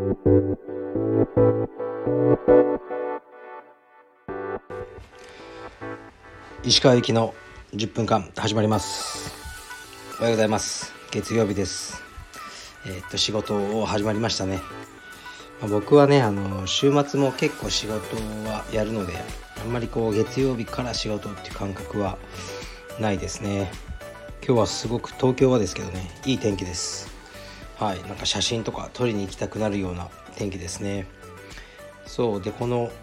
石川行きの10分間始まります。おはようございます。月曜日です。仕事を始まりましたね。僕はね週末も結構仕事はやるので、あんまり月曜日から仕事っていう感覚はないですね。今日はすごく東京はですけどね、いい天気です。なんか写真とか撮りに行きたくなるような天気ですね。そうで、この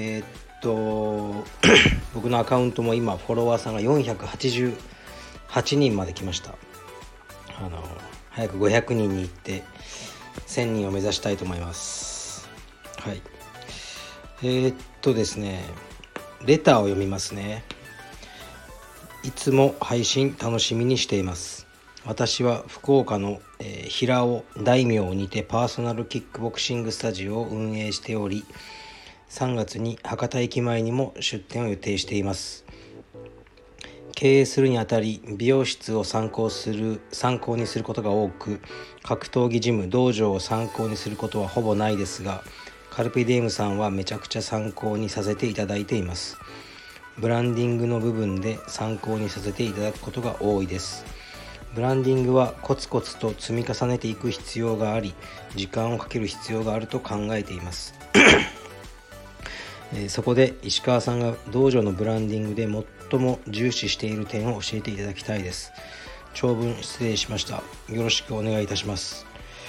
僕のアカウントも今フォロワーさんが488人まで来ました。早く500人に行って1000人を目指したいと思います。ですね、レターを読みますね。いつも配信楽しみにしています。私は福岡の、平尾大名にてパーソナルキックボクシングスタジオを運営しており、3月に博多駅前にも出店を予定しています。経営するにあたり美容室を参考にすることが多く、格闘技ジム道場を参考にすることはほぼないですが、カルピディエムさんはめちゃくちゃ参考にさせていただいています。ブランディングの部分で参考にさせていただくことが多いです。ブランディングはコツコツと積み重ねていく必要があり、時間をかける必要があると考えていますそこで石川さんが道場のブランディングで最も重視している点を教えていただきたいです。長文失礼しました。よろしくお願いいたします。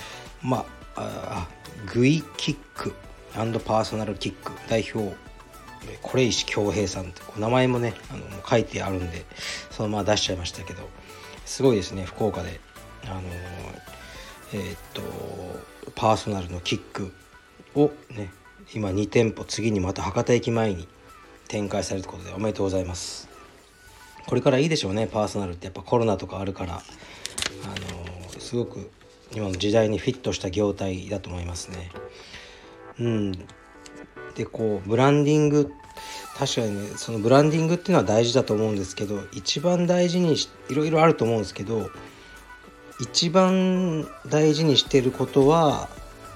グイキック&パーソナルキック代表是石恭平さんって名前もね書いてあるんで、そのまま出しちゃいましたけど、すごいですね。福岡でパーソナルのキックをね、今2店舗、次にまた博多駅前に展開されるということでおめでとうございます。これからいいでしょうね。パーソナルってやっぱコロナとかあるから、すごく今の時代にフィットした業態だと思いますね。でブランディング、確かにね、そのブランディングっていうのは大事だと思うんですけど、一番大事にいろいろあると思うんですけど、一番大事にしていることは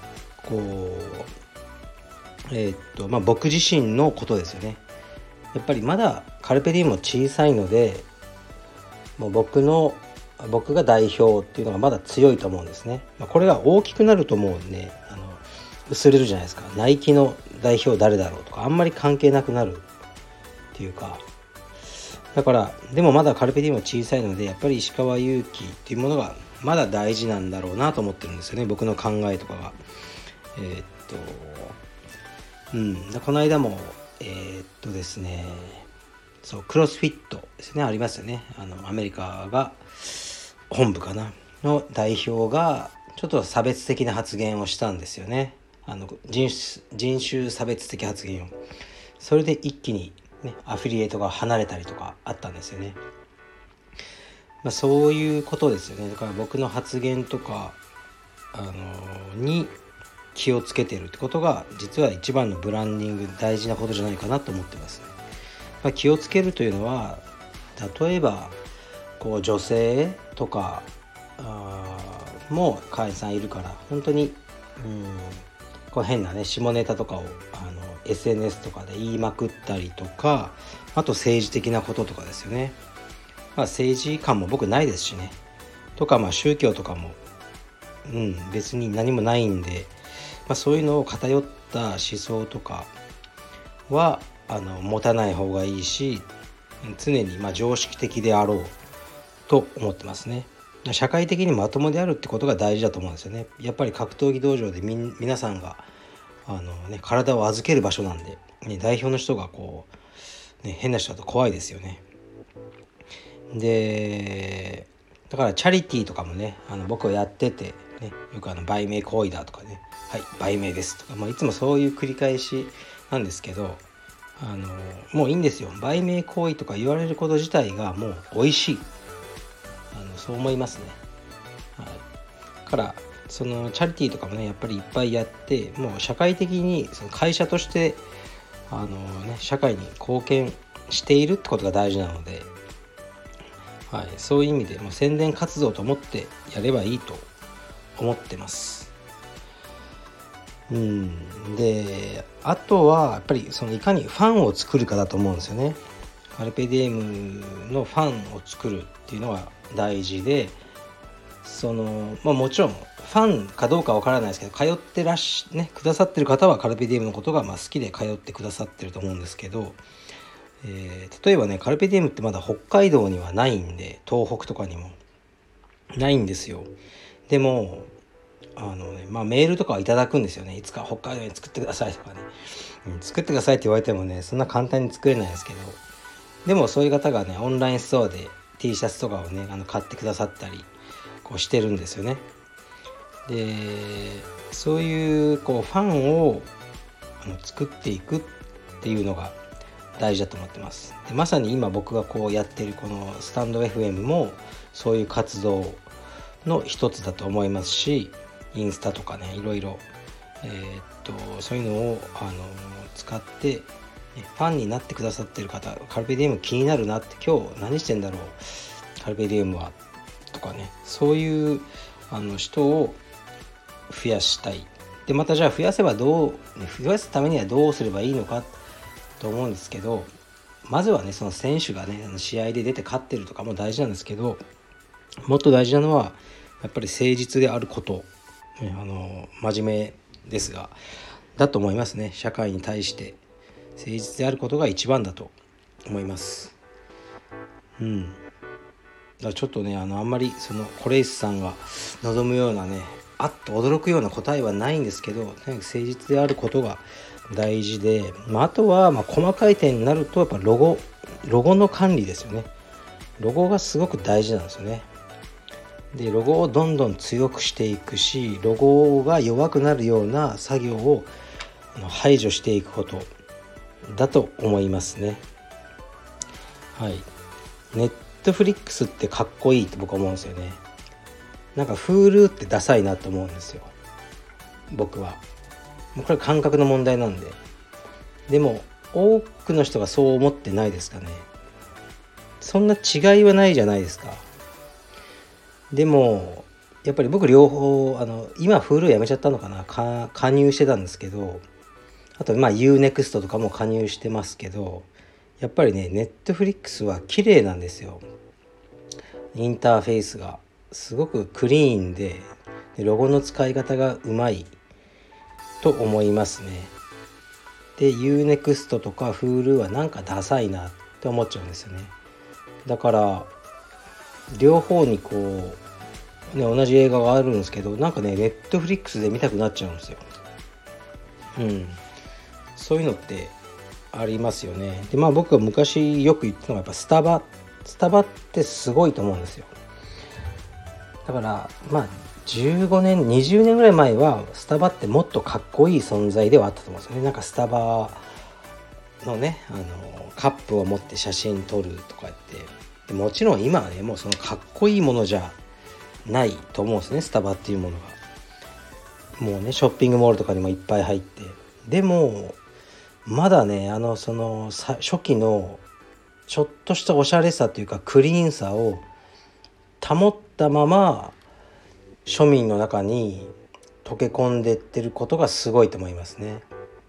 僕自身のことですよね。やっぱりまだカルペディウムも小さいので、もう僕が代表っていうのがまだ強いと思うんですね。これが大きくなるともうね薄れるじゃないですか。ナイキの代表誰だろうとかあんまり関係なくなるっていうか、だからでもまだカルペディウムは小さいので、やっぱり石川祐希っていうものがまだ大事なんだろうなと思ってるんですよね。僕の考えとかがこの間もですね、そうクロスフィットですね、ありますよね。アメリカが本部かなの代表がちょっと差別的な発言をしたんですよね。人種差別的発言を。それで一気に、アフィリエイトが離れたりとかあったんですよね。そういうことですよね。だから僕の発言とかに気をつけてるってことが実は一番のブランディング大事なことじゃないかなと思ってますね。気をつけるというのは、例えば女性とかも会員さんいるから、本当に変なね下ネタとかをSNS とかで言いまくったりとか、あと政治的なこととかですよね。政治観も僕ないですしね、とか宗教とかも別に何もないんで、そういうのを偏った思想とかは持たない方がいいし、常に常識的であろうと思ってますね。社会的にまともであるってことが大事だと思うんですよね。やっぱり格闘技道場で皆さんが体を預ける場所なんで、代表の人が変な人だと怖いですよね。でだからチャリティーとかもね僕はやっててね、よく売名行為だとかね、売名ですとか、いつもそういう繰り返しなんですけど、もういいんですよ。売名行為とか言われること自体がもう美味しい、そう思いますね。だからそのチャリティーとかもね、やっぱりいっぱいやって、もう社会的にその会社として社会に貢献しているってことが大事なので、そういう意味でもう宣伝活動と思ってやればいいと思ってます。 であとはやっぱりそのいかにファンを作るかだと思うんですよね。カルペディエムのファンを作るっていうのが大事で、もちろんファンかどうかわからないですけど、通ってくださってる方はカルペディエムのことが好きで通ってくださってると思うんですけど、例えばねカルペディエムってまだ北海道にはないんで、東北とかにもないんですよ。でもメールとかはいただくんですよね。いつか北海道に作ってくださいとかね、作ってくださいって言われてもねそんな簡単に作れないですけど、でもそういう方がねオンラインストアで T シャツとかをね買ってくださったりしてるんですよね。でそういうファンを作っていくっていうのが大事だと思ってます。でまさに今僕がやってるこのスタンド FM もそういう活動の一つだと思いますし、インスタとかねいろいろ、そういうのを使ってファンになってくださってる方、カルペディエム気になるなって、今日何してんだろうカルペディエムはとかね、そういう人を増やしたい。でまたじゃあ増やすためにはどうすればいいのかと思うんですけど、まずはねその選手がね試合で出て勝ってるとかも大事なんですけど、もっと大事なのはやっぱり誠実であること、真面目ですがだと思いますね。社会に対して誠実であることが一番だと思います。だからちょっとねあんまりコレイスさんが望むようなねあっと驚くような答えはないんですけど、とにかく誠実であることが大事で、あとは細かい点になるとやっぱロゴの管理ですよね。ロゴがすごく大事なんですよね。でロゴをどんどん強くしていくし、ロゴが弱くなるような作業を排除していくことだと思いますね。はい。ネットフリックスってかっこいいって僕は思うんですよね。なんか Hulu ってダサいなと思うんですよ、僕は。これ感覚の問題なんで。でも多くの人がそう思ってないですかね。そんな違いはないじゃないですか。でもやっぱり僕両方今 Hulu やめちゃったのかな、加入してたんですけど、あとUnext とかも加入してますけど、やっぱりね Netflix は綺麗なんですよ。インターフェースがすごくクリーンでロゴの使い方がうまいと思いますね。で Unext とか Hulu はなんかダサいなって思っちゃうんですよね。だから両方に同じ映画があるんですけど、なんかね Netflix で見たくなっちゃうんですよ。そういうのってありますよね。で僕が昔よく言ってたのがやっぱスタバってすごいと思うんですよ。だから15年20年ぐらい前はスタバってもっとかっこいい存在ではあったと思うんですよね。なんかスタバのねカップを持って写真撮るとかって、でもちろん今はねもうそのかっこいいものじゃないと思うんですね、スタバっていうものが。もうねショッピングモールとかにもいっぱい入って、でもまだね初期のちょっとしたおしゃれさというかクリーンさを保ったまま庶民の中に溶け込んでってることがすごいと思いますね。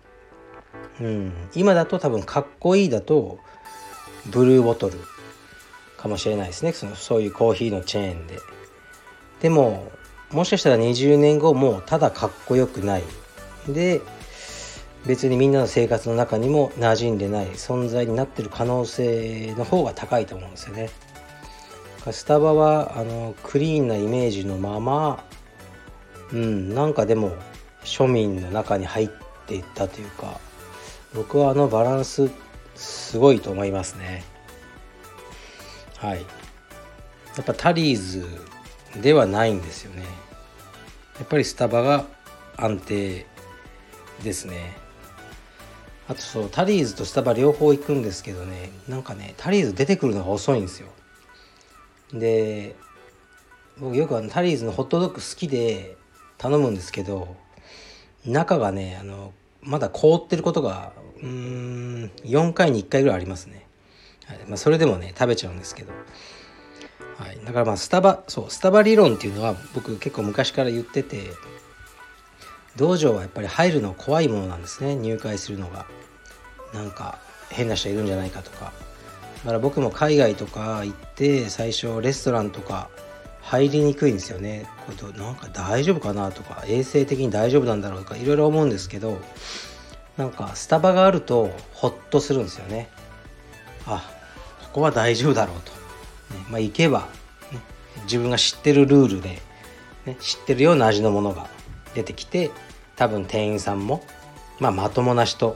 今だと多分かっこいいだとブルーボトルかもしれないですね。そういうコーヒーのチェーンで。でももしかしたら20年後もただかっこよくないで別にみんなの生活の中にも馴染んでない存在になってる可能性の方が高いと思うんですよね。スタバはクリーンなイメージのままなんかでも庶民の中に入っていったというか、僕はバランスすごいと思いますね。はい。やっぱタリーズではないんですよね。やっぱりスタバが安定ですね。あとタリーズとスタバ両方行くんですけどね、なんかねタリーズ出てくるのが遅いんですよ。で僕よくタリーズのホットドッグ好きで頼むんですけど、中がねまだ凍ってることが4回に1回ぐらいありますね。はい。それでもね食べちゃうんですけど、はい、だからスタバ理論っていうのは僕結構昔から言ってて、 道場はやっぱり入るの怖いものなんですね。入会するのがなんか変な人いるんじゃないかとか。だから僕も海外とか行って最初レストランとか入りにくいんですよね。これなんか大丈夫かなとか、衛生的に大丈夫なんだろうとかいろいろ思うんですけど、なんかスタバがあるとホッとするんですよね。あ、ここは大丈夫だろうと、行けば、自分が知ってるルールで、知ってるような味のものが出てきて、多分店員さんも、まともな人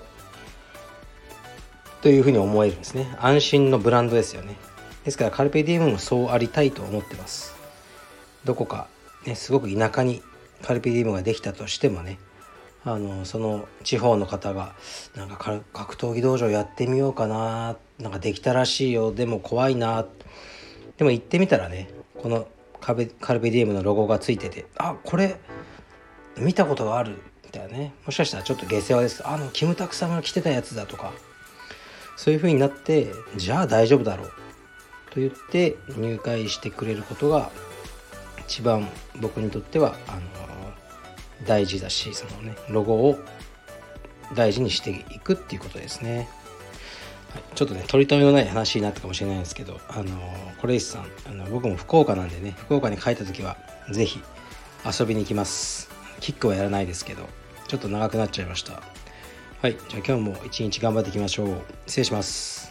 というふうに思えるんですね。安心のブランドですよね。ですからカルペディウムもそうありたいと思ってます。どこか、すごく田舎にカルペディウムができたとしてもね、その地方の方がなんか格闘技道場やってみようかな、なんかできたらしいよ、でも怖いな、でも行ってみたらね、このカルペディウムのロゴがついてて、あ、これ見たことがあるみたいなね、もしかしたらちょっと下世話です、キムタクさんが着てたやつだとか、そういう風になって、じゃあ大丈夫だろうと言って入会してくれることが一番僕にとっては大事だし、そのねロゴを大事にしていくっていうことですね。ちょっとね取り留めのない話になったかもしれないんですけど、コレイスさん、僕も福岡なんでね、福岡に帰った時はぜひ遊びに行きます。キックはやらないですけど、ちょっと長くなっちゃいました。はい、じゃあ今日も一日頑張っていきましょう。失礼します。